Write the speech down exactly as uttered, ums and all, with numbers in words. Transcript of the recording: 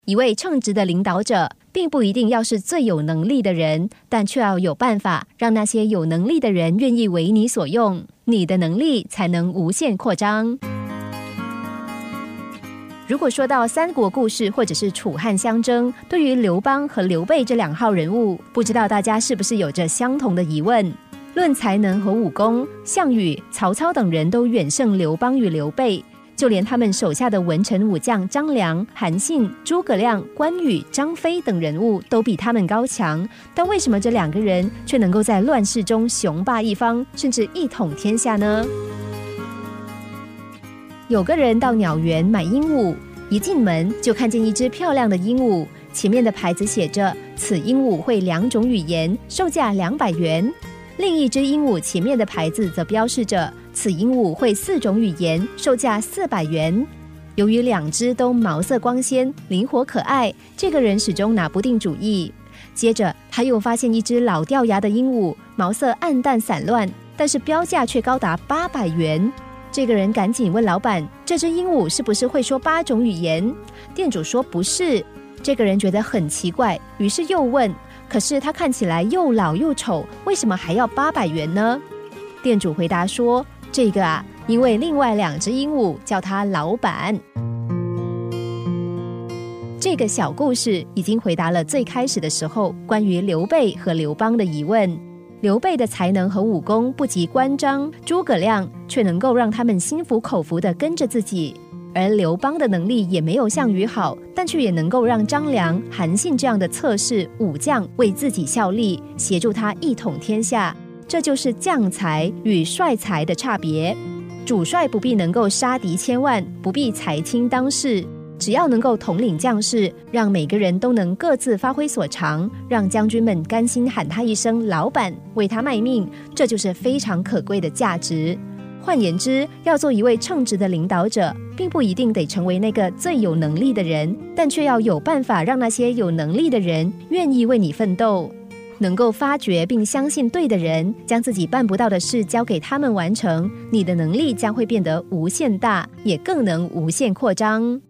一位称职的领导者并不一定要是最有能力的人，但却要有办法让那些有能力的人愿意为你所用，你的能力才能无限扩张。如果说到三国故事或者是楚汉相争，对于刘邦和刘备这两号人物，不知道大家是不是有着相同的疑问？论才能和武功，项羽、曹操等人都远胜刘邦与刘备，就连他们手下的文臣武将张良、韩信、诸葛亮、关羽、张飞等人物都比他们高强，但为什么这两个人却能够在乱世中雄霸一方，甚至一统天下呢？有个人到鸟园买鹦鹉，一进门就看见一只漂亮的鹦鹉，前面的牌子写着此鹦鹉会两种语言，售价两百元。另一只鹦鹉前面的牌子则标示着此鹦鹉会四种语言，售价四百元。由于两只都毛色光鲜，灵活可爱，这个人始终拿不定主意。接着他又发现一只老掉牙的鹦鹉，毛色暗淡散乱，但是标价却高达八百元。这个人赶紧问老板，这只鹦鹉是不是会说八种语言？店主说不是。这个人觉得很奇怪，于是又问，可是他看起来又老又丑，为什么还要八百元呢？店主回答说，这个啊，因为另外两只鹦鹉叫他老板。这个小故事已经回答了最开始的时候关于刘备和刘邦的疑问。刘备的才能和武功不及关张、诸葛亮，却能够让他们心服口服地跟着自己。而刘邦的能力也没有项羽好，但却也能够让张良、韩信这样的侧士武将为自己效力，协助他一统天下。这就是将才与帅才的差别。主帅不必能够杀敌千万，不必才轻当世，只要能够统领将士，让每个人都能各自发挥所长，让将军们甘心喊他一声老板，为他卖命，这就是非常可贵的价值。换言之，要做一位称职的领导者，并不一定得成为那个最有能力的人，但却要有办法让那些有能力的人愿意为你奋斗。能够发掘并相信对的人，将自己办不到的事交给他们完成，你的能力将会变得无限大，也更能无限扩张。